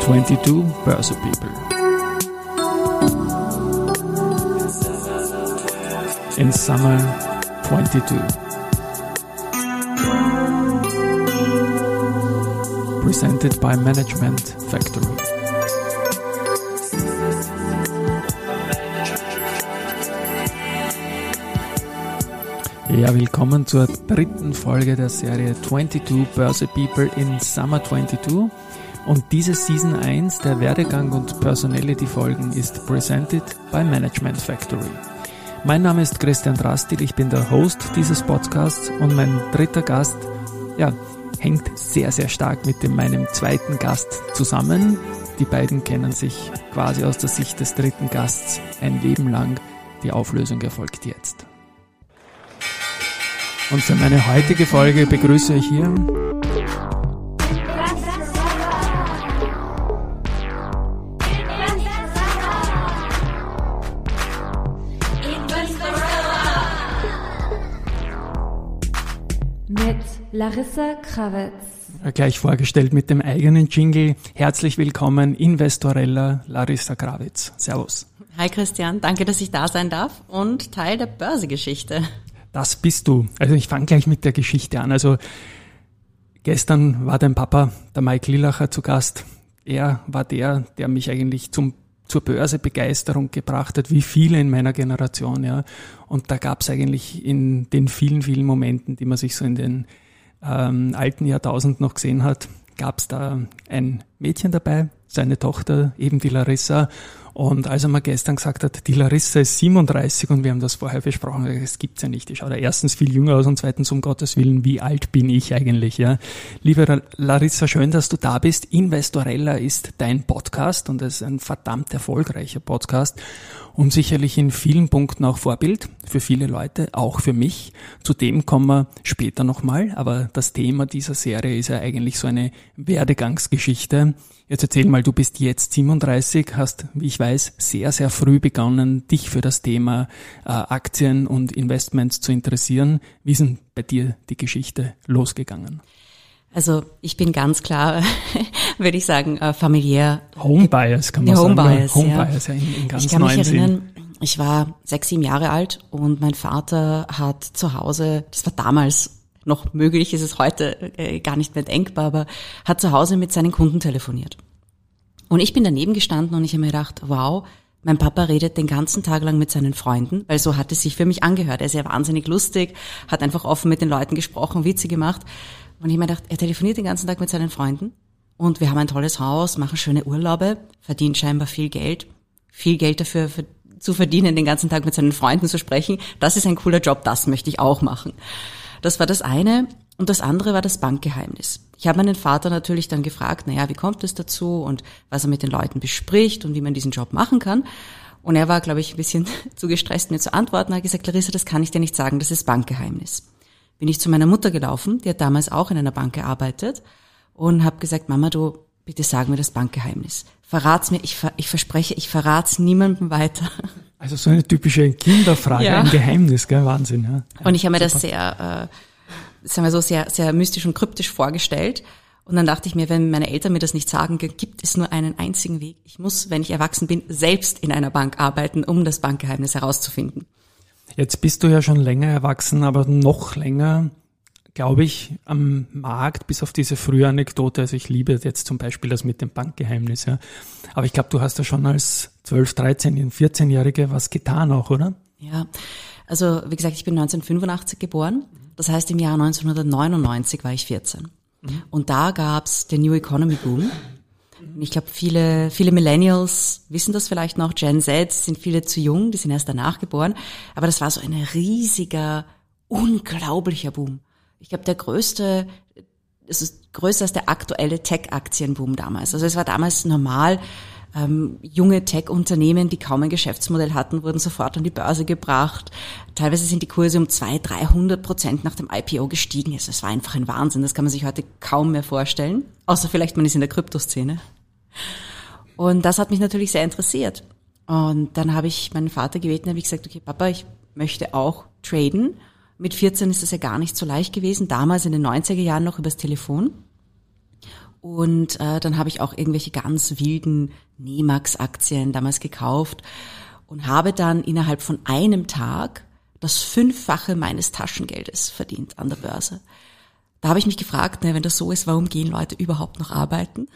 22 Börse People. In Summer 22. Presented by Management Factory. Ja, willkommen zur dritten Folge der Serie 22 Börse People in Summer 22. Und diese Season 1 der Werdegang und Personality Folgen ist presented by Management Factory. Mein Name ist Christian Drastil, ich bin der Host dieses Podcasts und mein dritter Gast, hängt sehr, sehr stark mit meinem zweiten Gast zusammen. Die beiden kennen sich quasi aus der Sicht des dritten Gasts ein Leben lang. Die Auflösung erfolgt jetzt. Und für meine heutige Folge begrüße ich hier mit Larissa Krawitz. Gleich vorgestellt mit dem eigenen Jingle. Herzlich willkommen, Investorella Larissa Krawitz. Servus. Hi Christian, danke, dass ich da sein darf und Teil der Börsegeschichte. Das bist du. Also ich fange gleich mit der Geschichte an. Also gestern war dein Papa, der Mike Lillacher, zu Gast. Er war der mich eigentlich zur Börsebegeisterung gebracht hat, wie viele in meiner Generation. Ja. Und da gab es eigentlich in den vielen, vielen Momenten, die man sich so in den alten Jahrtausend noch gesehen hat, gab es da ein Mädchen dabei, seine Tochter, eben die Larissa. Und als er mir gestern gesagt hat, die Larissa ist 37 und wir haben das vorher besprochen, das gibt's ja nicht. Die schaut ja erstens viel jünger aus und zweitens, um Gottes Willen, wie alt bin ich eigentlich? Ja? Liebe Larissa, schön, dass du da bist. Investorella ist dein Podcast und es ist ein verdammt erfolgreicher Podcast und sicherlich in vielen Punkten auch Vorbild für viele Leute, auch für mich. Zu dem kommen wir später nochmal, aber das Thema dieser Serie ist ja eigentlich so eine Werdegangsgeschichte. Jetzt erzähl mal, du bist jetzt 37, hast, wie ich weiß, sehr, sehr früh begonnen, dich für das Thema Aktien und Investments zu interessieren. Wie ist denn bei dir die Geschichte losgegangen? Also ich bin ganz klar, würde ich sagen, familiär. Homebias kann man sagen. Homebias, ja, in ganz ich kann mich neuen Sinn. erinnern, ich war 6, 7 Jahre alt und mein Vater hat zu Hause, das war damals noch möglich, ist es heute gar nicht mehr denkbar, aber hat zu Hause mit seinen Kunden telefoniert. Und ich bin daneben gestanden und ich habe mir gedacht, wow, mein Papa redet den ganzen Tag lang mit seinen Freunden, weil so hat es sich für mich angehört. Er ist ja wahnsinnig lustig, hat einfach offen mit den Leuten gesprochen, Witze gemacht. Und ich habe mir gedacht, er telefoniert den ganzen Tag mit seinen Freunden und wir haben ein tolles Haus, machen schöne Urlaube, verdient scheinbar viel Geld dafür zu verdienen, den ganzen Tag mit seinen Freunden zu sprechen. Das ist ein cooler Job, das möchte ich auch machen. Das war das eine. Und das andere war das Bankgeheimnis. Ich habe meinen Vater natürlich dann gefragt, wie kommt es dazu und was er mit den Leuten bespricht und wie man diesen Job machen kann. Und er war, glaube ich, ein bisschen zu gestresst, mir zu antworten. Er hat gesagt, Larissa, das kann ich dir nicht sagen, das ist Bankgeheimnis. Bin ich zu meiner Mutter gelaufen, die hat damals auch in einer Bank gearbeitet und habe gesagt, Mama, du, bitte sag mir das Bankgeheimnis. Verrat's mir, ich verspreche, ich verrat's niemandem weiter. Also so eine typische Kinderfrage, ja. Ein Geheimnis, gell? Wahnsinn. Ja. Und ich habe mir das sehr, sehr mystisch und kryptisch vorgestellt. Und dann dachte ich mir, wenn meine Eltern mir das nicht sagen, gibt es nur einen einzigen Weg. Ich muss, wenn ich erwachsen bin, selbst in einer Bank arbeiten, um das Bankgeheimnis herauszufinden. Jetzt bist du ja schon länger erwachsen, aber noch länger, glaube ich, am Markt, bis auf diese frühe Anekdote. Also ich liebe jetzt zum Beispiel das mit dem Bankgeheimnis. Ja. Aber ich glaube, du hast ja schon als 12-, 13-, 14-Jährige was getan auch, oder? Ja, also wie gesagt, ich bin 1985 geboren. Das heißt, im Jahr 1999 war ich 14. Und da gab's den New Economy Boom. Und ich glaube, viele Millennials wissen das vielleicht noch. Gen Z sind viele zu jung, die sind erst danach geboren. Aber das war so ein riesiger, unglaublicher Boom. Ich glaube, es ist größer als der aktuelle Tech-Aktienboom damals. Also es war damals normal, junge Tech-Unternehmen, die kaum ein Geschäftsmodell hatten, wurden sofort an die Börse gebracht. Teilweise sind die Kurse um 200-300% nach dem IPO gestiegen. Also es war einfach ein Wahnsinn. Das kann man sich heute kaum mehr vorstellen. Außer vielleicht man ist in der Kryptoszene. Und das hat mich natürlich sehr interessiert. Und dann habe ich meinen Vater gebeten, habe ich gesagt, okay, Papa, ich möchte auch traden. Mit 14 ist das ja gar nicht so leicht gewesen. Damals in den 90er Jahren noch übers Telefon. Und dann habe ich auch irgendwelche ganz wilden Nemax-Aktien damals gekauft und habe dann innerhalb von einem Tag das 5-fache meines Taschengeldes verdient an der Börse. Da habe ich mich gefragt, wenn das so ist, warum gehen Leute überhaupt noch arbeiten?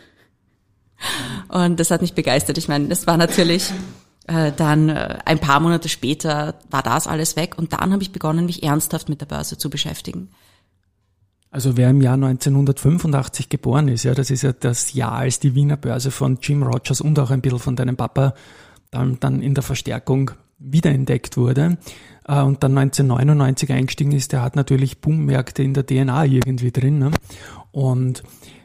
Und das hat mich begeistert. Ich meine, das war natürlich dann ein paar Monate später war das alles weg und dann habe ich begonnen, mich ernsthaft mit der Börse zu beschäftigen. Also wer im Jahr 1985 geboren ist, ja, das ist ja das Jahr, als die Wiener Börse von Jim Rogers und auch ein bisschen von deinem Papa dann in der Verstärkung wiederentdeckt wurde und dann 1999 eingestiegen ist, der hat natürlich Boommärkte in der DNA irgendwie drin. Ne? Und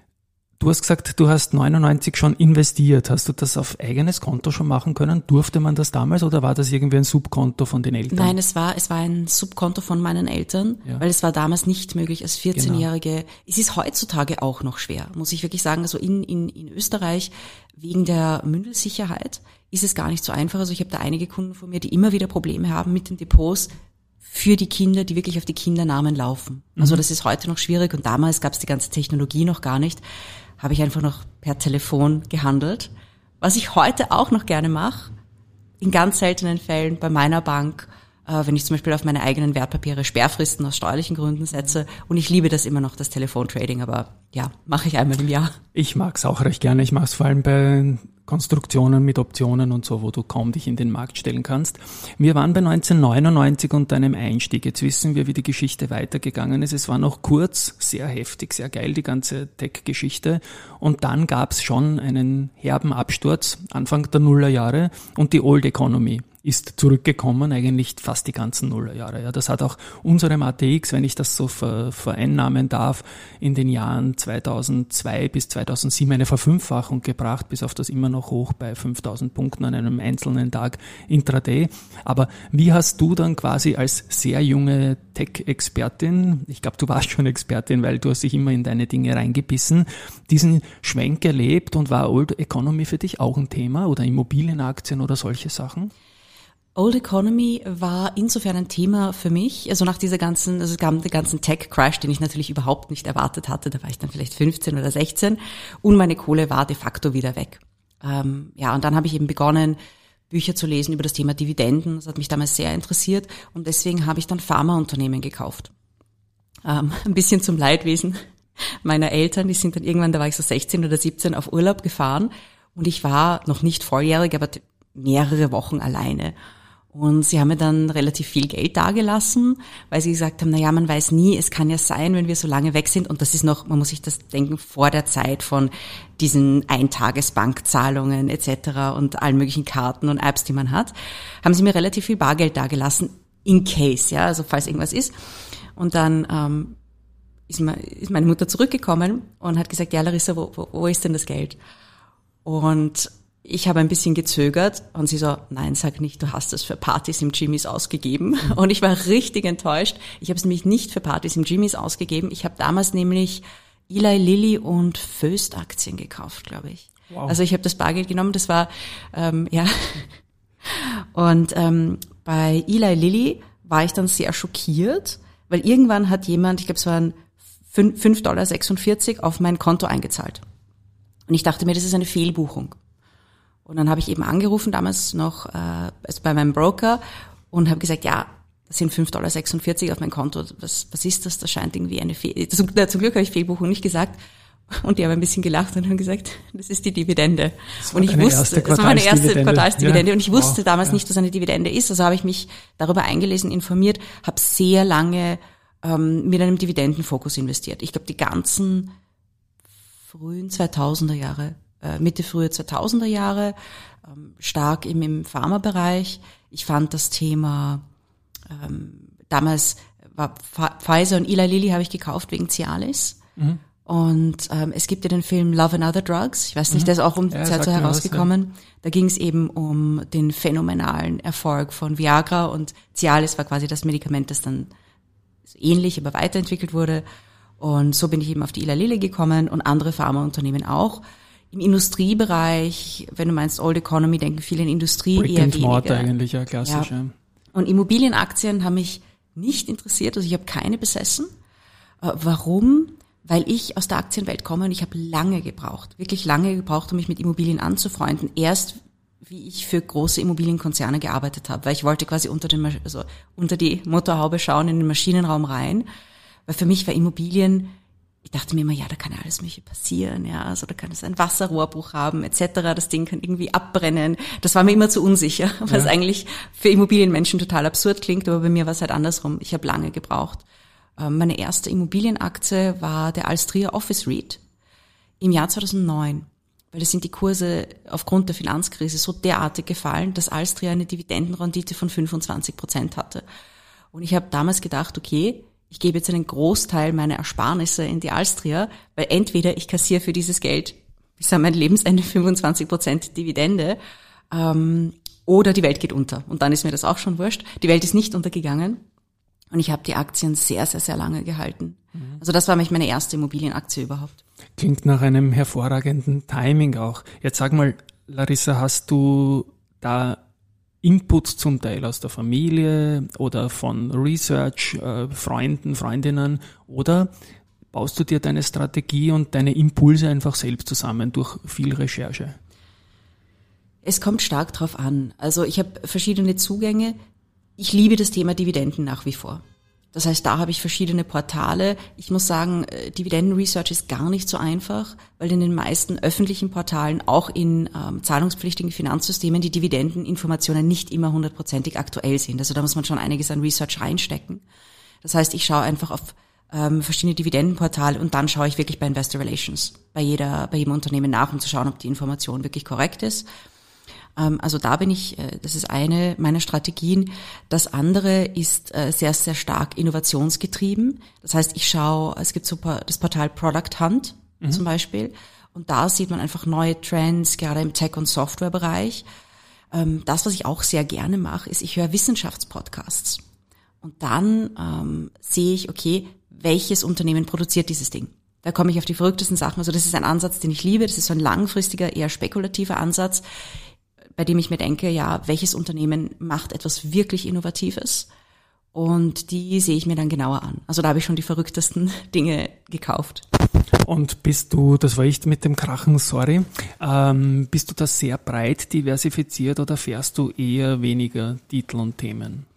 du hast gesagt, du hast 99 schon investiert. Hast du das auf eigenes Konto schon machen können? Durfte man das damals oder war das irgendwie ein Subkonto von den Eltern? Nein, es war ein Subkonto von meinen Eltern, weil es war damals nicht möglich als 14-Jährige. Genau. Es ist heutzutage auch noch schwer, muss ich wirklich sagen. Also in Österreich wegen der Mündelsicherheit ist es gar nicht so einfach. Also ich habe da einige Kunden von mir, die immer wieder Probleme haben mit den Depots für die Kinder, die wirklich auf die Kindernamen laufen. Also das ist heute noch schwierig und damals gab es die ganze Technologie noch gar nicht. Habe ich einfach noch per Telefon gehandelt. Was ich heute auch noch gerne mache, in ganz seltenen Fällen bei meiner Bank, wenn ich zum Beispiel auf meine eigenen Wertpapiere Sperrfristen aus steuerlichen Gründen setze. Und ich liebe das immer noch, das Telefontrading, aber ja, mache ich einmal im Jahr. Ich mag es auch recht gerne. Ich mache es vor allem bei Konstruktionen mit Optionen und so, wo du kaum dich in den Markt stellen kannst. Wir waren bei 1999 und deinem Einstieg. Jetzt wissen wir, wie die Geschichte weitergegangen ist. Es war noch kurz, sehr heftig, sehr geil, die ganze Tech-Geschichte. Und dann gab es schon einen herben Absturz, Anfang der Nullerjahre, und die Old Economy ist zurückgekommen, eigentlich fast die ganzen Nullerjahre. Ja, das hat auch unserem ATX, wenn ich das so vereinnahmen darf, in den Jahren 2002 bis 2007 eine Verfünffachung gebracht, bis auf das immer noch hoch bei 5.000 Punkten an einem einzelnen Tag intraday. Aber wie hast du dann quasi als sehr junge Tech-Expertin, ich glaube, du warst schon Expertin, weil du hast dich immer in deine Dinge reingebissen, diesen Schwenk erlebt und war Old Economy für dich auch ein Thema oder Immobilienaktien oder solche Sachen? Old Economy war insofern ein Thema für mich, also nach dieser ganzen, also es gab den ganzen Tech-Crash, den ich natürlich überhaupt nicht erwartet hatte, da war ich dann vielleicht 15 oder 16 und meine Kohle war de facto wieder weg. Und dann habe ich eben begonnen, Bücher zu lesen über das Thema Dividenden, das hat mich damals sehr interessiert und deswegen habe ich dann Pharmaunternehmen gekauft. Ein bisschen zum Leidwesen meiner Eltern, die sind dann irgendwann, da war ich so 16 oder 17, auf Urlaub gefahren und ich war noch nicht volljährig, aber mehrere Wochen alleine. Und sie haben mir dann relativ viel Geld dagelassen, weil sie gesagt haben, man weiß nie, es kann ja sein, wenn wir so lange weg sind. Und das ist noch, man muss sich das denken, vor der Zeit von diesen Eintagesbankzahlungen etc. und allen möglichen Karten und Apps, die man hat, haben sie mir relativ viel Bargeld dagelassen, in case, also falls irgendwas ist. Und dann ist meine Mutter zurückgekommen und hat gesagt, ja Larissa, wo ist denn das Geld? Und ich habe ein bisschen gezögert und sie so, nein, sag nicht, du hast es für Partys im Jimmys ausgegeben. Und ich war richtig enttäuscht. Ich habe es nämlich nicht für Partys im Jimmys ausgegeben. Ich habe damals nämlich Eli Lilly und Föst Aktien gekauft, glaube ich. Wow. Also ich habe das Bargeld genommen, das war, Und bei Eli Lilly war ich dann sehr schockiert, weil irgendwann hat jemand, ich glaube es waren $5,46 auf mein Konto eingezahlt. Und ich dachte mir, das ist eine Fehlbuchung. Und dann habe ich eben angerufen, damals noch bei meinem Broker und habe gesagt, ja, das sind $5,46 auf mein Konto. Was ist das? Das scheint irgendwie eine Zum Glück habe ich Fehlbuchung nicht gesagt. Und die haben ein bisschen gelacht und haben gesagt, das ist die Dividende. Und ich wusste, das war meine erste Quartalsdividende. Ja. Und ich wusste damals nicht, was eine Dividende ist. Also habe ich mich darüber eingelesen, informiert, habe sehr lange mit einem Dividendenfokus investiert. Ich glaube, die ganzen frühen 2000er Jahre, Mitte, frühe 2000er Jahre, stark im Pharmabereich. Ich fand das Thema, damals war Pfizer und Eli Lilly habe ich gekauft wegen Cialis. Mhm. Und es gibt ja den Film Love and Other Drugs, ich weiß nicht, der ist auch um die Zeit so herausgekommen. Ja. Da ging es eben um den phänomenalen Erfolg von Viagra und Cialis war quasi das Medikament, das dann so ähnlich, aber weiterentwickelt wurde. Und so bin ich eben auf die Eli Lilly gekommen und andere Pharmaunternehmen auch. Im Industriebereich, wenn du meinst Old Economy, denken viele in Industrie Brick eher weniger. Eigentlich, ja, klassisch. Ja. Und Immobilienaktien haben mich nicht interessiert, also ich habe keine besessen. Warum? weil ich aus der Aktienwelt komme und ich habe wirklich lange gebraucht, um mich mit Immobilien anzufreunden. Erst wie ich für große Immobilienkonzerne gearbeitet habe, weil ich wollte quasi unter die Motorhaube schauen, in den Maschinenraum rein, weil für mich war Immobilien, ich dachte mir immer, ja, da kann ja alles Mögliche passieren, ja, also da kann es einen Wasserrohrbruch haben, etc., das Ding kann irgendwie abbrennen. Das war mir immer zu unsicher, was eigentlich für Immobilienmenschen total absurd klingt, aber bei mir war es halt andersrum. Ich habe lange gebraucht. Meine erste Immobilienaktie war der Alstria Office REIT im Jahr 2009. Weil es sind die Kurse aufgrund der Finanzkrise so derartig gefallen, dass Alstria eine Dividendenrendite von 25% hatte. Und ich habe damals gedacht, okay, ich gebe jetzt einen Großteil meiner Ersparnisse in die Alstria, weil entweder ich kassiere für dieses Geld bis an mein Lebensende 25% Dividende, oder die Welt geht unter. Und dann ist mir das auch schon wurscht. Die Welt ist nicht untergegangen. Und ich habe die Aktien sehr, sehr, sehr lange gehalten. Also das war meine erste Immobilienaktie überhaupt. Klingt nach einem hervorragenden Timing auch. Jetzt sag mal, Larissa, hast du da Inputs zum Teil aus der Familie oder von Research, Freunden, Freundinnen, oder baust du dir deine Strategie und deine Impulse einfach selbst zusammen durch viel Recherche? Es kommt stark drauf an. Also ich habe verschiedene Zugänge. Ich liebe das Thema Dividenden nach wie vor. Das heißt, da habe ich verschiedene Portale. Ich muss sagen, Dividendenresearch ist gar nicht so einfach, weil in den meisten öffentlichen Portalen, auch in zahlungspflichtigen Finanzsystemen, die Dividendeninformationen nicht immer 100%ig aktuell sind. Also da muss man schon einiges an Research reinstecken. Das heißt, ich schaue einfach auf verschiedene Dividendenportale und dann schaue ich wirklich bei Investor Relations, bei jedem Unternehmen nach, um zu schauen, ob die Information wirklich korrekt ist. Also da bin ich, das ist eine meiner Strategien. Das andere ist sehr, sehr stark innovationsgetrieben. Das heißt, ich schaue, es gibt so das Portal Product Hunt zum Beispiel, und da sieht man einfach neue Trends, gerade im Tech- und Softwarebereich. Das, was ich auch sehr gerne mache, ist, ich höre Wissenschaftspodcasts. Und dann sehe ich, okay, welches Unternehmen produziert dieses Ding? Da komme ich auf die verrücktesten Sachen. Also das ist ein Ansatz, den ich liebe. Das ist so ein langfristiger, eher spekulativer Ansatz, bei dem ich mir denke, ja, welches Unternehmen macht etwas wirklich Innovatives? Und die sehe ich mir dann genauer an. Also da habe ich schon die verrücktesten Dinge gekauft. Und bist du, das war ich mit dem Krachen, sorry, bist du da sehr breit diversifiziert oder fährst du eher weniger Titel und Themen?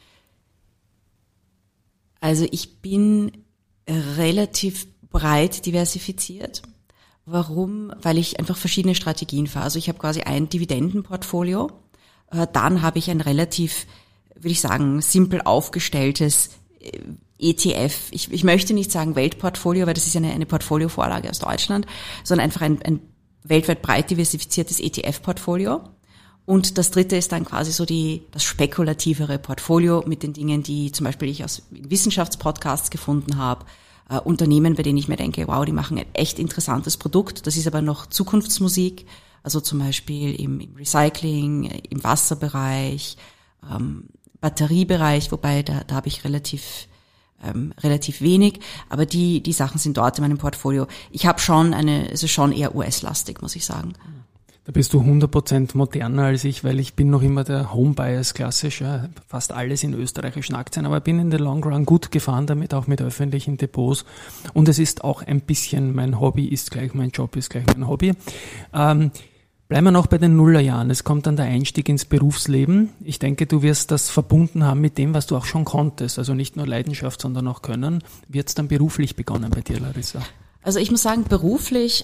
Also ich bin relativ breit diversifiziert. Warum? Weil ich einfach verschiedene Strategien fahre. Also ich habe quasi ein Dividendenportfolio, dann habe ich ein relativ, würde ich sagen, simpel aufgestelltes ETF. Ich möchte nicht sagen Weltportfolio, weil das ist ja eine Portfoliovorlage aus Deutschland, sondern einfach ein weltweit breit diversifiziertes ETF-Portfolio. Und das dritte ist dann quasi so das spekulativere Portfolio mit den Dingen, die zum Beispiel ich aus Wissenschaftspodcasts gefunden habe, Unternehmen, bei denen ich mir denke, wow, die machen ein echt interessantes Produkt. Das ist aber noch Zukunftsmusik, also zum Beispiel im Recycling, im Wasserbereich, Batteriebereich, wobei da habe ich relativ wenig, aber die Sachen sind dort in meinem Portfolio. Ich habe schon es ist schon eher US-lastig, muss ich sagen. Da bist du 100% moderner als ich, weil ich bin noch immer der Homebias klassisch, ja, fast alles in österreichischen Aktien, aber bin in the long run gut gefahren damit, auch mit öffentlichen Depots, und es ist auch ein bisschen mein Hobby, ist gleich mein Job, ist gleich mein Hobby. Bleiben wir noch bei den Nullerjahren. Es kommt dann der Einstieg ins Berufsleben. Ich denke, du wirst das verbunden haben mit dem, was du auch schon konntest, also nicht nur Leidenschaft, sondern auch Können. Wie hat es dann beruflich begonnen bei dir, Larissa? Also ich muss sagen, beruflich,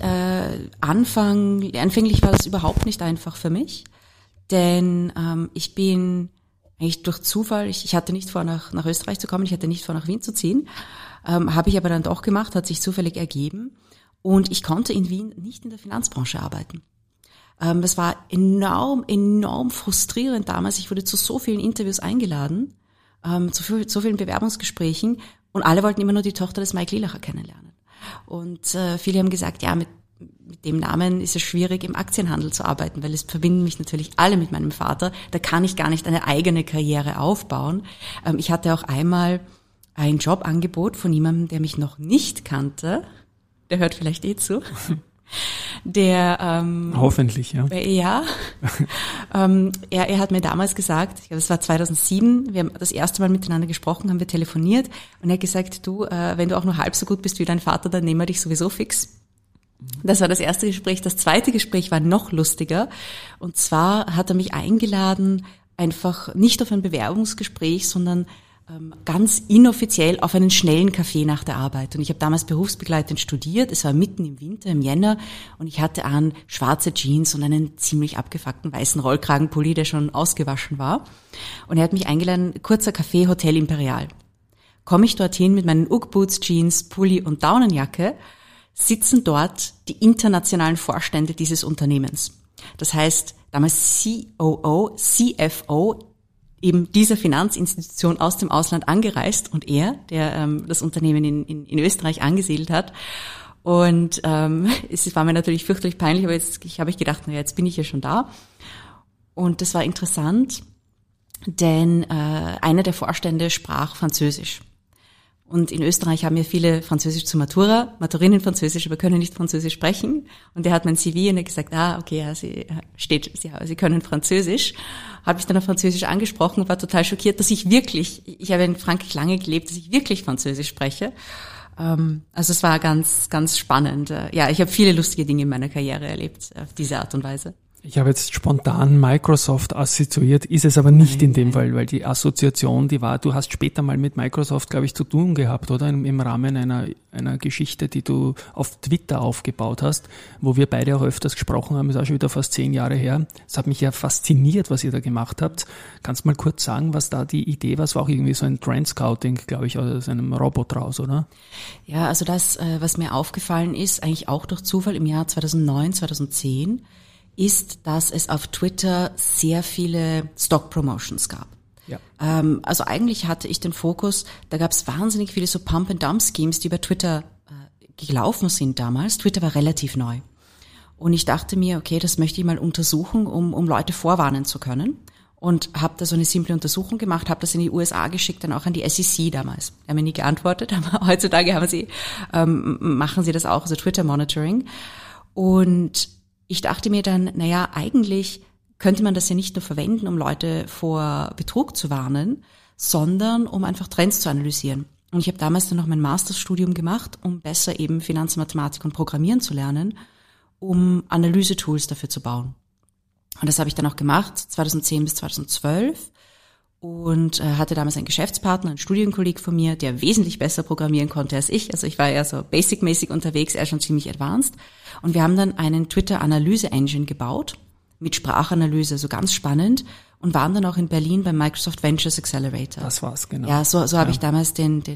anfänglich war das überhaupt nicht einfach für mich, denn ich bin eigentlich durch Zufall, ich hatte nicht vor, nach Österreich zu kommen, ich hatte nicht vor, nach Wien zu ziehen, habe ich aber dann doch gemacht, hat sich zufällig ergeben, und ich konnte in Wien nicht in der Finanzbranche arbeiten. Das war enorm frustrierend damals. Ich wurde zu so vielen Interviews eingeladen, zu so vielen Bewerbungsgesprächen, und alle wollten immer nur die Tochter des Mike Lillacher kennenlernen. Und viele haben gesagt, ja, mit dem Namen ist es schwierig, im Aktienhandel zu arbeiten, weil es verbinden mich natürlich alle mit meinem Vater. Da kann ich gar nicht eine eigene Karriere aufbauen. Ich hatte auch einmal ein Jobangebot von jemandem, der mich noch nicht kannte. Der hört vielleicht zu. der hoffentlich, ja. Ja. Er hat mir damals gesagt, ich glaube, das war 2007, wir haben das erste Mal miteinander gesprochen, haben wir telefoniert und er hat gesagt, du, wenn du auch nur halb so gut bist wie dein Vater, dann nehmen wir dich sowieso fix. Das war das erste Gespräch. Das zweite Gespräch war noch lustiger. Und zwar hat er mich eingeladen, einfach nicht auf ein Bewerbungsgespräch, sondern ganz inoffiziell auf einen schnellen Kaffee nach der Arbeit. Und ich habe damals berufsbegleitend studiert. Es war mitten im Winter, im Jänner. Und ich hatte an schwarze Jeans und einen ziemlich abgefuckten weißen Rollkragenpulli, der schon ausgewaschen war. Und er hat mich eingeladen, kurzer Kaffee, Hotel Imperial. Komme ich dorthin mit meinen Ugg-Boots, Jeans, Pulli und Daunenjacke, sitzen dort die internationalen Vorstände dieses Unternehmens. Das heißt, damals COO, CFO, eben dieser Finanzinstitution aus dem Ausland angereist und er, der das Unternehmen in Österreich angesiedelt hat. Und es war mir natürlich fürchterlich peinlich, aber jetzt habe ich gedacht, naja, jetzt bin ich ja schon da. Und das war interessant, denn einer der Vorstände sprach Französisch. Und in Österreich haben ja viele Französisch zur Matura, Maturinnen Französisch, aber können nicht Französisch sprechen. Und der hat mein CV und er gesagt, okay, ja, Sie können Französisch. Habe ich dann auf Französisch angesprochen und war total schockiert, dass ich habe in Frankreich lange gelebt, dass ich wirklich Französisch spreche. Also es war ganz, ganz spannend. Ja, ich habe viele lustige Dinge in meiner Karriere erlebt, auf diese Art und Weise. Ich habe jetzt spontan Microsoft assoziiert, ist es aber nicht in dem Fall, weil die Assoziation, die war, du hast später mal mit Microsoft, glaube ich, zu tun gehabt, oder? Im Rahmen einer Geschichte, die du auf Twitter aufgebaut hast, wo wir beide auch öfters gesprochen haben, ist auch schon wieder fast 10 Jahre her. Es hat mich ja fasziniert, was ihr da gemacht habt. Kannst du mal kurz sagen, was da die Idee war? Es war auch irgendwie so ein Trendscouting, glaube ich, aus einem Roboter raus, oder? Ja, also das, was mir aufgefallen ist, eigentlich auch durch Zufall im Jahr 2009, 2010, ist, dass es auf Twitter sehr viele Stock-Promotions gab. Ja. Also eigentlich hatte ich den Fokus, da gab es wahnsinnig viele so Pump-and-Dump-Schemes, die über Twitter gelaufen sind damals. Twitter war relativ neu. Und ich dachte mir, okay, das möchte ich mal untersuchen, um Leute vorwarnen zu können. Und habe da so eine simple Untersuchung gemacht, habe das in die USA geschickt, dann auch an die SEC damals. Die haben mir nie geantwortet, aber heutzutage machen sie das auch, also Twitter-Monitoring. Und ich dachte mir dann, naja, eigentlich könnte man das ja nicht nur verwenden, um Leute vor Betrug zu warnen, sondern um einfach Trends zu analysieren. Und ich habe damals dann noch mein Masterstudium gemacht, um besser eben Finanzmathematik und Programmieren zu lernen, um Analysetools dafür zu bauen. Und das habe ich dann auch gemacht, 2010 bis 2012. Und hatte damals einen Geschäftspartner, einen Studienkolleg von mir, der wesentlich besser programmieren konnte als ich. Also ich war eher so basic-mäßig unterwegs, er schon ziemlich advanced. Und wir haben dann einen Twitter-Analyse-Engine gebaut, mit Sprachanalyse, so ganz spannend. Und waren dann auch in Berlin beim Microsoft Ventures Accelerator. Das war's, genau. Ja, so habe ich damals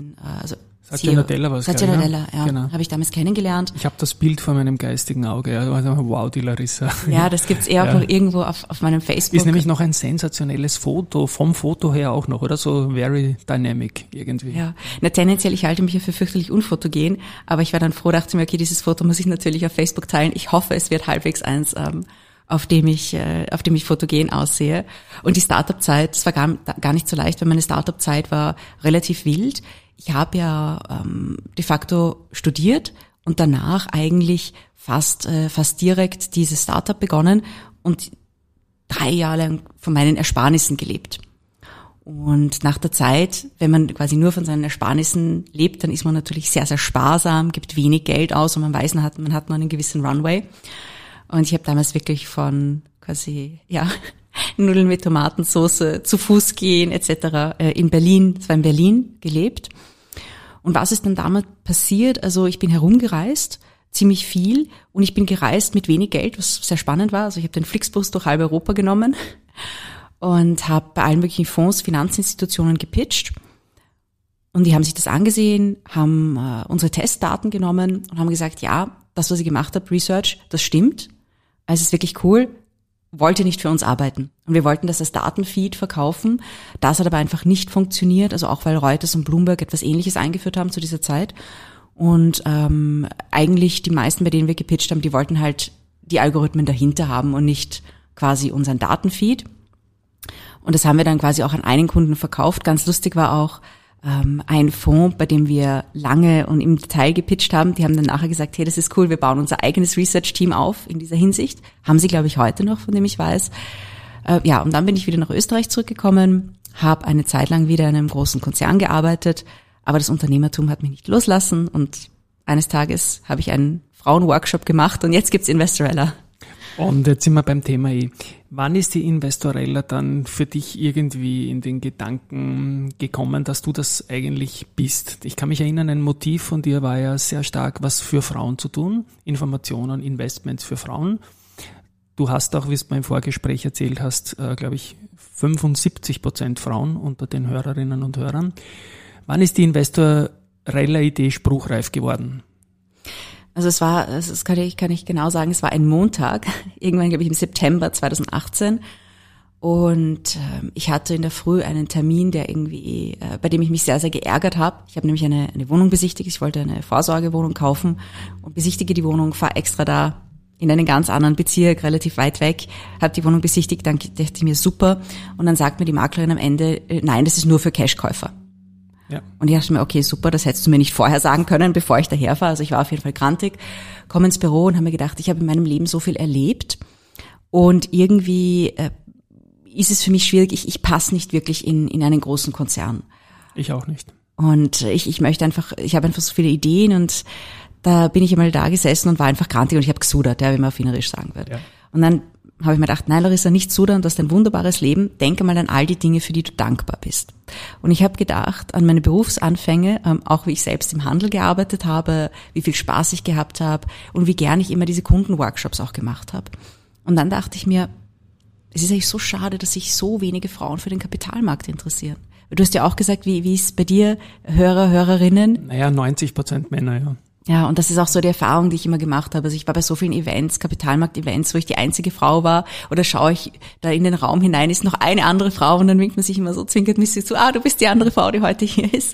Satya Nadella war es, Satya Nadella, ja. Genau. Habe ich damals kennengelernt. Ich habe das Bild vor meinem geistigen Auge. Also, wow, die Larissa. Ja, das gibt's auch noch irgendwo auf meinem Facebook. Ist nämlich noch ein sensationelles Foto, vom Foto her auch noch, oder? So very dynamic irgendwie. Ja, tendenziell, ich halte mich ja für fürchterlich unfotogen, aber ich war dann froh, dachte mir, okay, dieses Foto muss ich natürlich auf Facebook teilen. Ich hoffe, es wird halbwegs eins, auf dem ich fotogen aussehe. Und die Startup-Zeit, das war gar nicht so leicht, weil meine Startup-Zeit war relativ wild. Ich habe ja de facto studiert und danach eigentlich fast direkt dieses Startup begonnen und 3 Jahre lang von meinen Ersparnissen gelebt. Und nach der Zeit, wenn man quasi nur von seinen Ersparnissen lebt, dann ist man natürlich sehr, sehr sparsam, gibt wenig Geld aus und man weiß, man hat nur einen gewissen Runway. Und ich habe damals wirklich von quasi, Nudeln mit Tomatensauce, zu Fuß gehen etc. in Berlin gelebt. Und was ist denn damals passiert? Also ich bin herumgereist, ziemlich viel, und ich bin gereist mit wenig Geld, was sehr spannend war. Also ich habe den Flixbus durch halb Europa genommen und habe bei allen möglichen Fonds, Finanzinstitutionen gepitcht. Und die haben sich das angesehen, haben unsere Testdaten genommen und haben gesagt, ja, das, was ich gemacht habe, Research, das stimmt. Also es ist wirklich cool. Wollte nicht für uns arbeiten. Und wir wollten das als Datenfeed verkaufen. Das hat aber einfach nicht funktioniert, also auch weil Reuters und Bloomberg etwas Ähnliches eingeführt haben zu dieser Zeit. Und eigentlich die meisten, bei denen wir gepitcht haben, die wollten halt die Algorithmen dahinter haben und nicht quasi unseren Datenfeed. Und das haben wir dann quasi auch an einen Kunden verkauft. Ganz lustig war auch, ein Fonds, bei dem wir lange und im Detail gepitcht haben. Die haben dann nachher gesagt, hey, das ist cool, wir bauen unser eigenes Research-Team auf in dieser Hinsicht. Haben sie, glaube ich, heute noch, von dem ich weiß. Und dann bin ich wieder nach Österreich zurückgekommen, habe eine Zeit lang wieder in einem großen Konzern gearbeitet, aber das Unternehmertum hat mich nicht loslassen und eines Tages habe ich einen Frauenworkshop gemacht und jetzt gibt's Investorella. Und jetzt sind wir beim Thema Wann ist die Investorella dann für dich irgendwie in den Gedanken gekommen, dass du das eigentlich bist? Ich kann mich erinnern, ein Motiv von dir war ja sehr stark, was für Frauen zu tun, Informationen, Investments für Frauen. Du hast auch, wie es beim Vorgespräch erzählt hast, glaube ich, 75% Frauen unter den Hörerinnen und Hörern. Wann ist die Investorella-Idee spruchreif geworden? Also das kann ich genau sagen, es war ein Montag, irgendwann glaube ich im September 2018 und ich hatte in der Früh einen Termin, der irgendwie, bei dem ich mich sehr, sehr geärgert habe. Ich habe nämlich eine Wohnung besichtigt, ich wollte eine Vorsorgewohnung kaufen und besichtige die Wohnung, fahre extra da in einen ganz anderen Bezirk, relativ weit weg, habe die Wohnung besichtigt, dann dachte ich mir super und dann sagt mir die Maklerin am Ende, nein, das ist nur für Cashkäufer. Ja. Und ich dachte mir, okay, super, das hättest du mir nicht vorher sagen können, bevor ich daherfahre. Also ich war auf jeden Fall grantig, komme ins Büro und habe mir gedacht, ich habe in meinem Leben so viel erlebt und irgendwie ist es für mich schwierig, ich passe nicht wirklich in einen großen Konzern. Ich auch nicht. Und ich möchte einfach, ich habe einfach so viele Ideen und da bin ich einmal da gesessen und war einfach grantig und ich habe gesudert, wie man auf Wienerisch sagen wird. Ja. Und dann habe ich mir gedacht, nein Larissa, nicht sudern, du hast ein wunderbares Leben, denke mal an all die Dinge, für die du dankbar bist. Und ich habe gedacht an meine Berufsanfänge, auch wie ich selbst im Handel gearbeitet habe, wie viel Spaß ich gehabt habe und wie gern ich immer diese Kundenworkshops auch gemacht habe. Und dann dachte ich mir, es ist eigentlich so schade, dass sich so wenige Frauen für den Kapitalmarkt interessieren. Du hast ja auch gesagt, wie ist es bei dir, Hörerinnen? Naja, 90% Männer, ja. Ja, und das ist auch so die Erfahrung, die ich immer gemacht habe. Also ich war bei so vielen Events, Kapitalmarkt-Events, wo ich die einzige Frau war, oder schaue ich da in den Raum hinein, ist noch eine andere Frau und dann winkt man sich immer so, zwinkert mich so zu, du bist die andere Frau, die heute hier ist.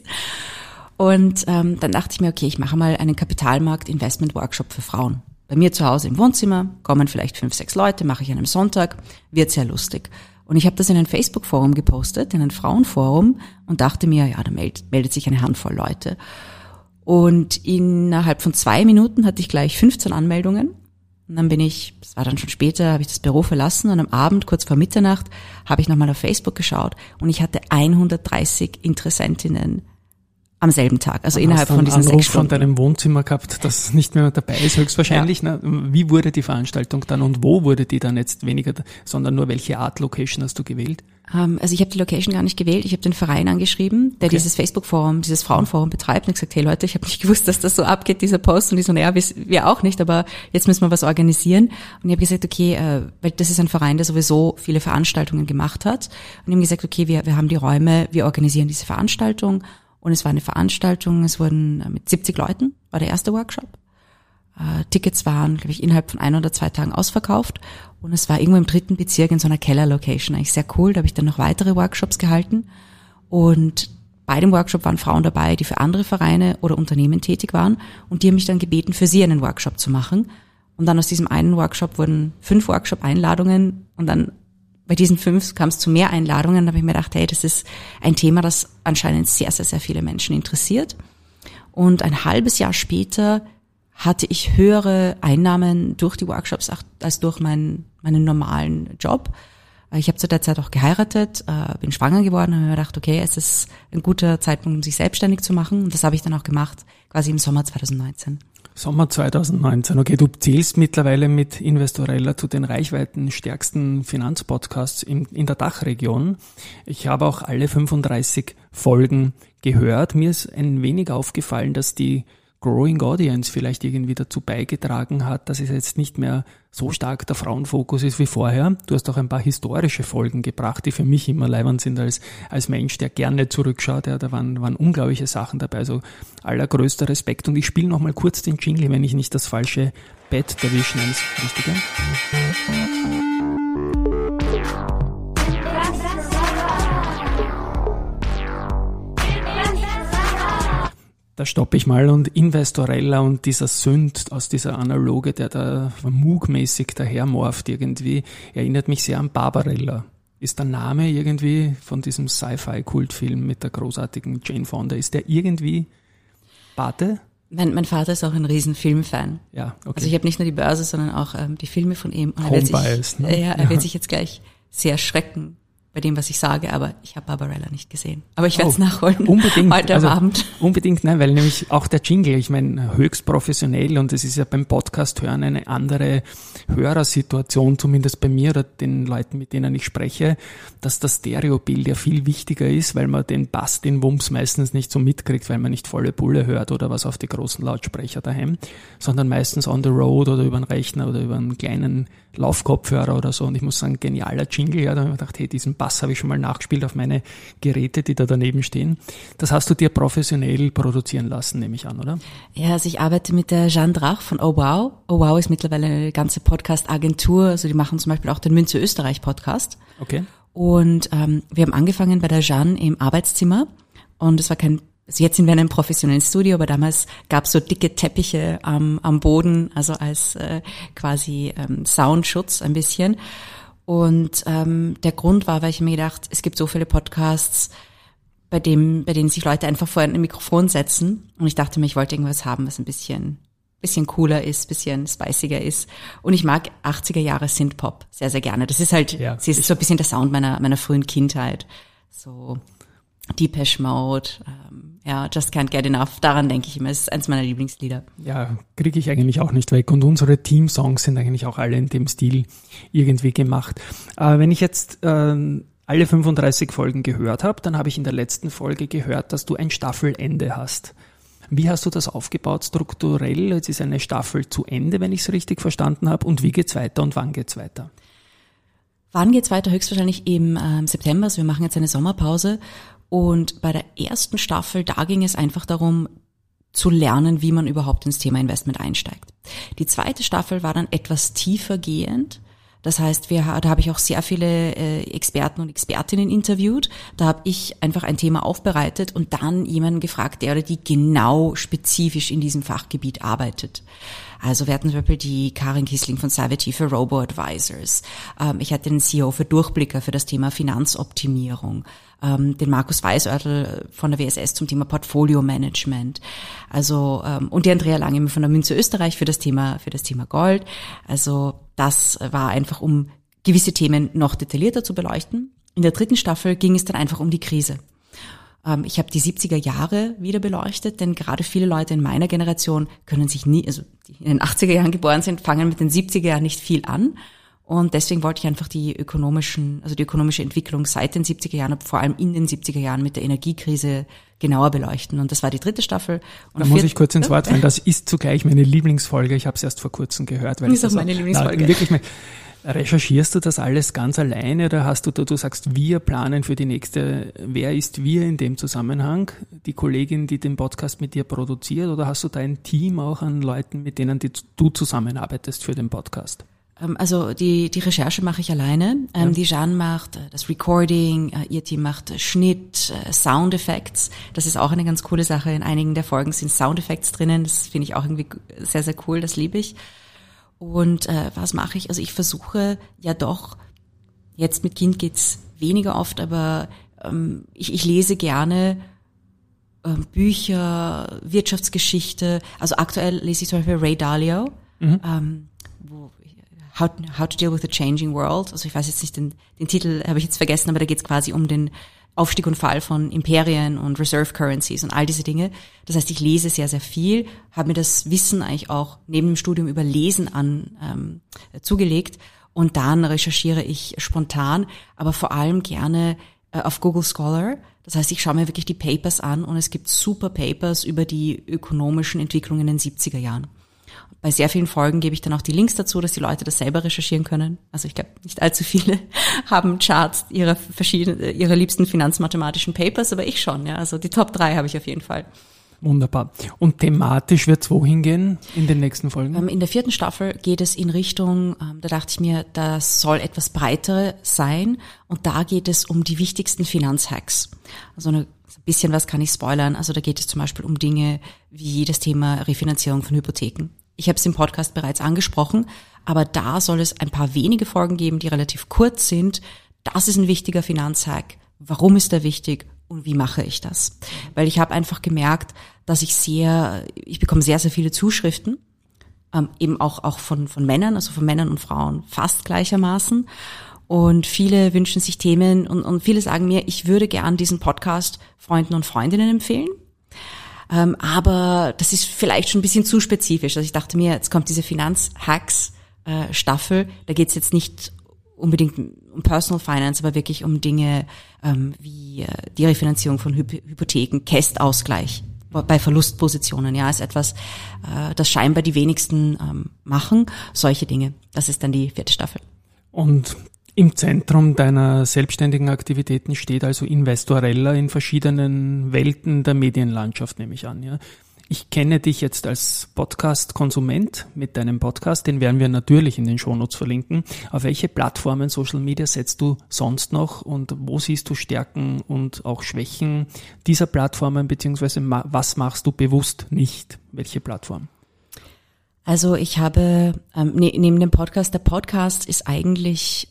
Und dann dachte ich mir, okay, ich mache mal einen Kapitalmarkt-Investment-Workshop für Frauen. Bei mir zu Hause im Wohnzimmer, kommen vielleicht 5, 6 Leute, mache ich an einem Sonntag, wird sehr lustig. Und ich habe das in ein Facebook-Forum gepostet, in ein Frauenforum und dachte mir, ja, da meldet sich eine Handvoll Leute. Und innerhalb von 2 Minuten hatte ich gleich 15 Anmeldungen. Und dann das war dann schon später, habe ich das Büro verlassen und am Abend, kurz vor Mitternacht, habe ich nochmal auf Facebook geschaut und ich hatte 130 Interessentinnen am selben Tag, also innerhalb von diesen 6 Stunden. Von deinem Wohnzimmer gehabt, das nicht mehr dabei ist, höchstwahrscheinlich. Ja. Ne? Wie wurde die Veranstaltung dann und wo wurde die dann jetzt weniger, sondern nur welche Art Location hast du gewählt? Also ich habe die Location gar nicht gewählt, ich habe den Verein angeschrieben, der dieses Facebook-Forum, dieses Frauenforum betreibt und gesagt, hey Leute, ich habe nicht gewusst, dass das so abgeht, dieser Post. Und die so, naja, wir auch nicht, aber jetzt müssen wir was organisieren. Und ich habe gesagt, okay, weil das ist ein Verein, der sowieso viele Veranstaltungen gemacht hat. Und ich habe gesagt, okay, wir haben die Räume, wir organisieren diese Veranstaltung. Und es war eine Veranstaltung, es wurden mit 70 Leuten, war der erste Workshop. Tickets waren, glaube ich, innerhalb von 1 oder 2 Tagen ausverkauft. Und es war irgendwo im 3. Bezirk in so einer Keller-Location. Eigentlich sehr cool. Da habe ich dann noch weitere Workshops gehalten. Und bei dem Workshop waren Frauen dabei, die für andere Vereine oder Unternehmen tätig waren. Und die haben mich dann gebeten, für sie einen Workshop zu machen. Und dann aus diesem einen Workshop wurden 5 Workshop-Einladungen. Und dann bei diesen 5 kam es zu mehr Einladungen. Da habe ich mir gedacht, hey, das ist ein Thema, das anscheinend sehr, sehr, sehr viele Menschen interessiert. Und ein halbes Jahr später hatte ich höhere Einnahmen durch die Workshops als durch meinen normalen Job. Ich habe zu der Zeit auch geheiratet, bin schwanger geworden und habe mir gedacht, okay, es ist ein guter Zeitpunkt, um sich selbstständig zu machen. Und das habe ich dann auch gemacht, quasi im Sommer 2019. Sommer 2019, okay, du zählst mittlerweile mit Investorella zu den reichweitenstärksten Finanzpodcasts in der Dachregion. Ich habe auch alle 35 Folgen gehört. Mir ist ein wenig aufgefallen, dass die Growing Audience vielleicht irgendwie dazu beigetragen hat, dass es jetzt nicht mehr so stark der Frauenfokus ist wie vorher. Du hast auch ein paar historische Folgen gebracht, die für mich immer leibend sind als Mensch, der gerne zurückschaut. Ja, da waren unglaubliche Sachen dabei, also allergrößter Respekt. Und ich spiele nochmal kurz den Jingle, wenn ich nicht das falsche Bett erwische. Nein, das Richtige. Da stoppe ich mal und Investorella und dieser Sünd aus dieser Analoge, der da mugmäßig dahermorft irgendwie, erinnert mich sehr an Barbarella. Ist der Name irgendwie von diesem Sci-Fi-Kultfilm mit der großartigen Jane Fonda, ist der irgendwie Pate? Mein Vater ist auch ein riesen Filmfan. Ja, okay. Also ich habe nicht nur die Börse, sondern auch die Filme von ihm. Und er wird sich jetzt gleich sehr erschrecken bei dem, was ich sage, aber ich habe Barbarella nicht gesehen. Aber ich werde es nachholen. Unbedingt. Heute am Abend. Unbedingt, nein, weil nämlich auch der Jingle, ich meine, höchst professionell und es ist ja beim Podcast hören eine andere Hörersituation, zumindest bei mir oder den Leuten, mit denen ich spreche, dass das Stereobild ja viel wichtiger ist, weil man den Bass, den Wumms meistens nicht so mitkriegt, weil man nicht volle Pulle hört oder was auf die großen Lautsprecher daheim, sondern meistens on the road oder über den Rechner oder über einen kleinen Laufkopfhörer oder so. Und ich muss sagen, genialer Jingle, ja, da habe ich gedacht, hey, diesen Bass habe ich schon mal nachgespielt auf meine Geräte, die da daneben stehen. Das hast du dir professionell produzieren lassen, nehme ich an, oder? Ja, also ich arbeite mit der Jeanne Drach von Oh Wow. Oh Wow ist mittlerweile eine ganze Podcast-Agentur, also die machen zum Beispiel auch den Münze Österreich-Podcast. Okay. Und wir haben angefangen bei der Jeanne im Arbeitszimmer und es war also jetzt sind wir in einem professionellen Studio, aber damals gab es so dicke Teppiche am Boden, also als quasi Soundschutz ein bisschen. Und der Grund war, weil ich mir gedacht, es gibt so viele Podcasts, bei denen sich Leute einfach vor ein Mikrofon setzen. Und ich dachte mir, ich wollte irgendwas haben, was ein bisschen cooler ist, bisschen spiciger ist. Und ich mag 80er Jahre Synthpop sehr, sehr gerne. Das ist halt, sie ist so ein bisschen der Sound meiner frühen Kindheit. So Depeche Mode, Just Can't Get Enough, daran denke ich immer, es ist eins meiner Lieblingslieder. Ja, kriege ich eigentlich auch nicht weg und unsere Teamsongs sind eigentlich auch alle in dem Stil irgendwie gemacht. Wenn ich jetzt alle 35 Folgen gehört habe, dann habe ich in der letzten Folge gehört, dass du ein Staffelende hast. Wie hast du das aufgebaut strukturell? Jetzt ist eine Staffel zu Ende, wenn ich es richtig verstanden habe, und wie geht's weiter und wann geht's weiter? Wann geht's weiter? Höchstwahrscheinlich im September, also wir machen jetzt eine Sommerpause. Und bei der ersten Staffel, da ging es einfach darum, zu lernen, wie man überhaupt ins Thema Investment einsteigt. Die zweite Staffel war dann etwas tiefer gehend. Das heißt, da habe ich auch sehr viele Experten und Expertinnen interviewt. Da habe ich einfach ein Thema aufbereitet und dann jemanden gefragt, der oder die genau spezifisch in diesem Fachgebiet arbeitet. Also wir hatten zum Beispiel die Karin Kissling von Savity für Robo-Advisors. Ich hatte den CEO für Durchblicker für das Thema Finanzoptimierung. Den Markus Weißörtl von der WSS zum Thema Portfolio-Management. Also, und die Andrea Lange von der Münze Österreich für das Thema Gold. Also, das war einfach, um gewisse Themen noch detaillierter zu beleuchten. In der dritten Staffel ging es dann einfach um die Krise. Ich habe die 70er Jahre wieder beleuchtet, denn gerade viele Leute in meiner Generation können sich also die in den 80er Jahren geboren sind, fangen mit den 70er Jahren nicht viel an. Und deswegen wollte ich einfach die ökonomische Entwicklung seit den 70er Jahren, vor allem in den 70er Jahren mit der Energiekrise genauer beleuchten. Und das war die dritte Staffel. Und da muss ich kurz ins Wort fallen. Das ist zugleich meine Lieblingsfolge. Ich habe es erst vor kurzem gehört. Weil das ist auch meine Lieblingsfolge. Wirklich recherchierst du das alles ganz alleine oder hast du sagst, wir planen für die nächste, wer ist wir in dem Zusammenhang? Die Kollegin, die den Podcast mit dir produziert, oder hast du da ein Team auch an Leuten, mit denen du zusammenarbeitest für den Podcast? Also die Recherche mache ich alleine. Die Jeanne macht das Recording, ihr Team macht Schnitt, Soundeffects. Das ist auch eine ganz coole Sache. In einigen der Folgen sind Soundeffects drinnen. Das finde ich auch irgendwie sehr, sehr cool. Das liebe ich. Und was mache ich? Also ich versuche ja doch, jetzt mit Kind geht's weniger oft, aber ich lese gerne Bücher, Wirtschaftsgeschichte. Also aktuell lese ich zum Beispiel Ray Dalio, How to Deal with the Changing World. Also ich weiß jetzt nicht, den Titel habe ich jetzt vergessen, aber da geht es quasi um den Aufstieg und Fall von Imperien und Reserve Currencies und all diese Dinge. Das heißt, ich lese sehr, sehr viel, habe mir das Wissen eigentlich auch neben dem Studium über Lesen zugelegt und dann recherchiere ich spontan, aber vor allem gerne auf Google Scholar. Das heißt, ich schaue mir wirklich die Papers an und es gibt super Papers über die ökonomischen Entwicklungen in den 70er Jahren. Bei sehr vielen Folgen gebe ich dann auch die Links dazu, dass die Leute das selber recherchieren können. Also ich glaube, nicht allzu viele haben Charts ihrer liebsten finanzmathematischen Papers, aber ich schon. Ja. Also die Top 3 habe ich auf jeden Fall. Wunderbar. Und thematisch wird es wohin gehen in den nächsten Folgen? In der 4. Staffel geht es in Richtung, da dachte ich mir, das soll etwas breiter sein. Und da geht es um die wichtigsten Finanzhacks. Also ein bisschen was kann ich spoilern. Also da geht es zum Beispiel um Dinge wie das Thema Refinanzierung von Hypotheken. Ich habe es im Podcast bereits angesprochen, aber da soll es ein paar wenige Folgen geben, die relativ kurz sind. das ist ein wichtiger Finanzhack, warum ist der wichtig und wie mache ich das? Weil ich habe einfach gemerkt, dass ich bekomme sehr, sehr viele Zuschriften, eben auch von Männern, also von Männern und Frauen fast gleichermaßen. Und viele wünschen sich Themen und viele sagen mir, ich würde gern diesen Podcast Freunden und Freundinnen empfehlen. Aber das ist vielleicht schon ein bisschen zu spezifisch. Also ich dachte mir, jetzt kommt diese Finanzhacks-Staffel. Da geht es jetzt nicht unbedingt um Personal Finance, aber wirklich um Dinge wie die Refinanzierung von Hypotheken, Cash-Ausgleich bei Verlustpositionen. Ja, ist etwas, das scheinbar die wenigsten machen. Solche Dinge. Das ist dann die 4. Staffel. Und im Zentrum deiner selbstständigen Aktivitäten steht also Investorella in verschiedenen Welten der Medienlandschaft, nehme ich an. Ja. Ich kenne dich jetzt als Podcast-Konsument mit deinem Podcast, den werden wir natürlich in den Shownotes verlinken. Auf welche Plattformen Social Media setzt du sonst noch und wo siehst du Stärken und auch Schwächen dieser Plattformen, beziehungsweise was machst du bewusst nicht? Welche Plattform? Also ich habe neben dem Podcast, der Podcast ist eigentlich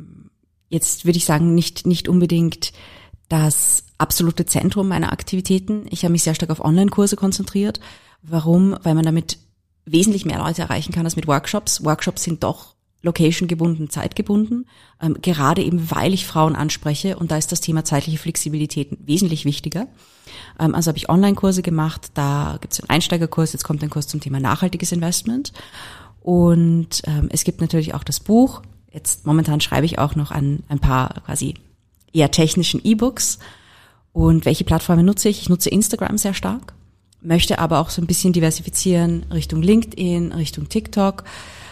jetzt würde ich sagen nicht unbedingt das absolute Zentrum meiner Aktivitäten. Ich habe mich sehr stark auf Online-Kurse konzentriert. Warum? Weil man damit wesentlich mehr Leute erreichen kann als mit Workshops. Workshops sind doch location-gebunden, zeitgebunden, gerade eben weil ich Frauen anspreche und da ist das Thema zeitliche Flexibilität wesentlich wichtiger. Also habe ich Online-Kurse gemacht, da gibt es einen Einsteigerkurs, jetzt kommt ein Kurs zum Thema nachhaltiges Investment und es gibt natürlich auch das Buch. Jetzt momentan schreibe ich auch noch an ein paar quasi eher technischen E-Books. Und welche Plattformen nutze ich? Ich nutze Instagram sehr stark, möchte aber auch so ein bisschen diversifizieren Richtung LinkedIn, Richtung TikTok.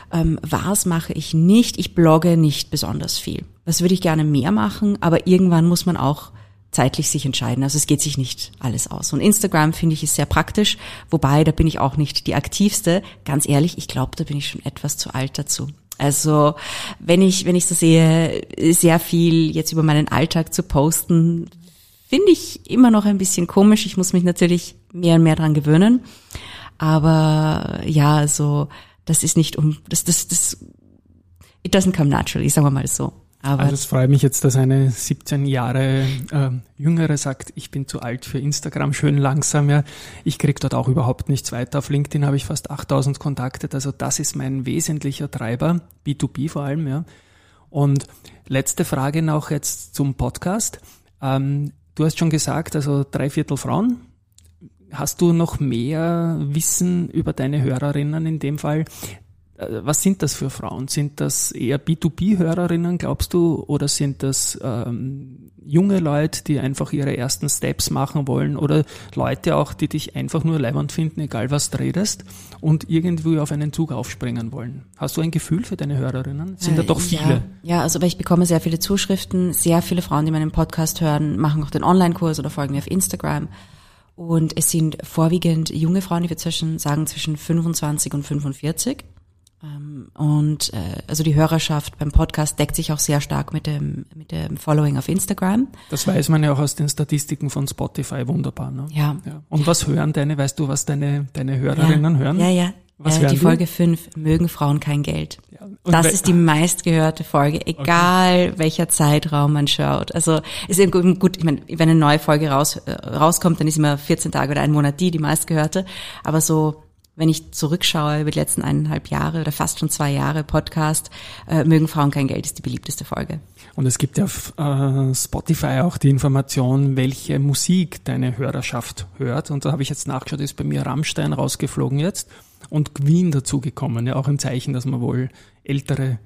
Was mache ich nicht? Ich blogge nicht besonders viel. Das würde ich gerne mehr machen, aber irgendwann muss man auch zeitlich sich entscheiden. Also es geht sich nicht alles aus. Und Instagram finde ich ist sehr praktisch, wobei da bin ich auch nicht die aktivste. Ganz ehrlich, ich glaube, da bin ich schon etwas zu alt dazu. Also wenn ich so sehe, sehr viel jetzt über meinen Alltag zu posten, finde ich immer noch ein bisschen komisch. Ich muss mich natürlich mehr und mehr dran gewöhnen. Aber ja, so das ist nicht it doesn't come naturally, sagen wir mal so. Aber also es freut mich jetzt, dass eine 17 Jahre Jüngere sagt, ich bin zu alt für Instagram, schön langsam. Ja. Ich kriege dort auch überhaupt nichts weiter. Auf LinkedIn habe ich fast 8000 Kontakte. Also das ist mein wesentlicher Treiber, B2B vor allem. Ja. Und letzte Frage noch jetzt zum Podcast. Du hast schon gesagt, also 3/4 Frauen. Hast du noch mehr Wissen über deine Hörerinnen in dem Fall? Was sind das für Frauen? Sind das eher B2B-Hörerinnen, glaubst du? Oder sind das junge Leute, die einfach ihre ersten Steps machen wollen? Oder Leute auch, die dich einfach nur leiwand finden, egal was du redest und irgendwie auf einen Zug aufspringen wollen? Hast du ein Gefühl für deine Hörerinnen? Sind da doch viele? Ja, also ich bekomme sehr viele Zuschriften. Sehr viele Frauen, die meinen Podcast hören, machen auch den Online-Kurs oder folgen mir auf Instagram. Und es sind vorwiegend junge Frauen, die wir zwischen 25 und 45. Und also die Hörerschaft beim Podcast deckt sich auch sehr stark mit dem Following auf Instagram. Das weiß man ja auch aus den Statistiken von Spotify, wunderbar. Ne? Ja. Und was hören weißt du, was deine Hörerinnen hören? Ja. Was hören die Folge 5, mögen Frauen kein Geld. Ja. Das ist die meistgehörte Folge, egal welcher Zeitraum man schaut. Also ist eben gut, ich meine, wenn eine neue Folge rauskommt, dann ist immer 14 Tage oder ein Monat die meistgehörte. Aber so, wenn ich zurückschaue über die letzten 1,5 Jahre oder fast schon 2 Jahre Podcast, mögen Frauen kein Geld, ist die beliebteste Folge. Und es gibt ja auf Spotify auch die Information, welche Musik deine Hörerschaft hört. Und da habe ich jetzt nachgeschaut, ist bei mir Rammstein rausgeflogen jetzt und Queen dazugekommen. Ja, auch ein Zeichen, dass man wohl ältere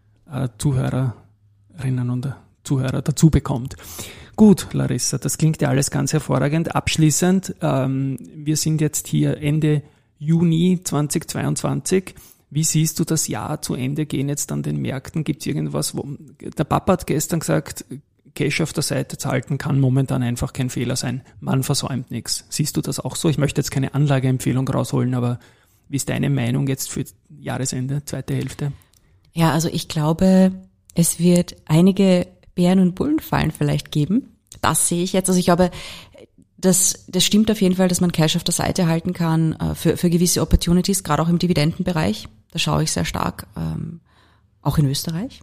Zuhörerinnen und Zuhörer dazu bekommt. Gut, Larissa, das klingt ja alles ganz hervorragend. Abschließend, wir sind jetzt hier Ende Juni 2022. Wie siehst du das Jahr zu Ende gehen jetzt an den Märkten? Gibt es irgendwas, wo der Papa hat gestern gesagt, Cash auf der Seite zu halten kann momentan einfach kein Fehler sein. Man versäumt nichts. Siehst du das auch so? Ich möchte jetzt keine Anlageempfehlung rausholen, aber wie ist deine Meinung jetzt für Jahresende, zweite Hälfte? Ja, also ich glaube, es wird einige Bären- und Bullenfallen vielleicht geben. Das sehe ich jetzt. Also ich glaube, das stimmt auf jeden Fall, dass man Cash auf der Seite halten kann für gewisse Opportunities, gerade auch im Dividendenbereich. Da schaue ich sehr stark, auch in Österreich.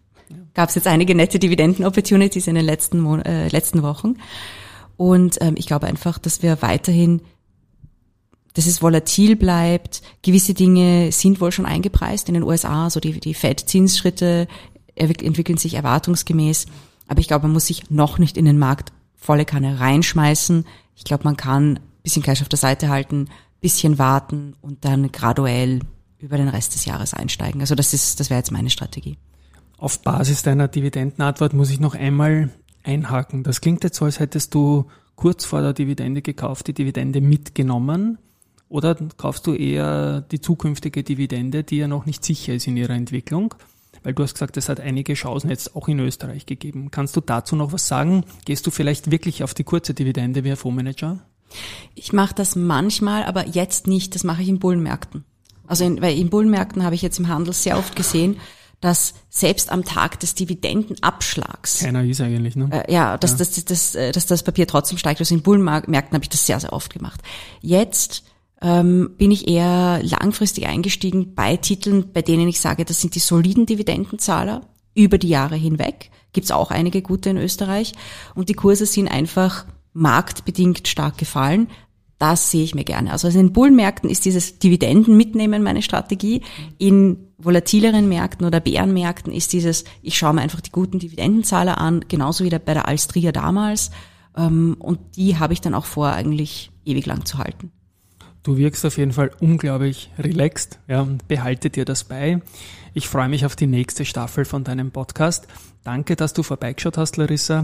gab es jetzt einige nette Dividenden-Opportunities in den letzten Wochen. Und ich glaube einfach, dass wir weiterhin, dass es volatil bleibt. Gewisse Dinge sind wohl schon eingepreist in den USA, so die Fed-Zinsschritte entwickeln sich erwartungsgemäß. Aber ich glaube, man muss sich noch nicht in den Markt volle Kanne reinschmeißen. Ich glaube, man kann ein bisschen Cash auf der Seite halten, bisschen warten und dann graduell über den Rest des Jahres einsteigen. Also das wäre jetzt meine Strategie. Auf Basis deiner Dividendenantwort muss ich noch einmal einhaken. Das klingt jetzt so, als hättest du kurz vor der Dividende gekauft, die Dividende mitgenommen, oder kaufst du eher die zukünftige Dividende, die ja noch nicht sicher ist in ihrer Entwicklung? Weil du hast gesagt, es hat einige Chancen jetzt auch in Österreich gegeben. Kannst du dazu noch was sagen? Gehst du vielleicht wirklich auf die kurze Dividende wie ein Fondsmanager? Ich mache das manchmal, aber jetzt nicht. Das mache ich in Bullenmärkten. Weil in Bullenmärkten habe ich jetzt im Handel sehr oft gesehen, dass selbst am Tag des Dividendenabschlags keiner ist eigentlich, ne? Dass das Papier trotzdem steigt. Also in Bullenmärkten habe ich das sehr, sehr oft gemacht. Jetzt bin ich eher langfristig eingestiegen bei Titeln, bei denen ich sage, das sind die soliden Dividendenzahler über die Jahre hinweg. Gibt's auch einige gute in Österreich. Und die Kurse sind einfach marktbedingt stark gefallen. Das sehe ich mir gerne. Also in Bullenmärkten ist dieses Dividenden mitnehmen meine Strategie. In volatileren Märkten oder Bärenmärkten ist dieses, ich schaue mir einfach die guten Dividendenzahler an, genauso wie bei der Alstria damals. Und die habe ich dann auch vor, eigentlich ewig lang zu halten. Du wirkst auf jeden Fall unglaublich relaxed, ja, und behalte dir das bei. Ich freue mich auf die nächste Staffel von deinem Podcast. Danke, dass du vorbeigeschaut hast, Larissa.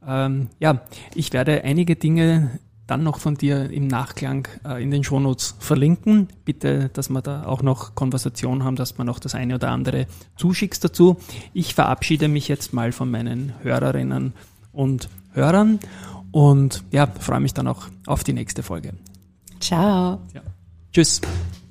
Ich werde einige Dinge dann noch von dir im Nachklang in den Shownotes verlinken. Bitte, dass wir da auch noch Konversation haben, dass man noch das eine oder andere zuschickst dazu. Ich verabschiede mich jetzt mal von meinen Hörerinnen und Hörern und freue mich dann auch auf die nächste Folge. Ciao. Ja. Tschüss.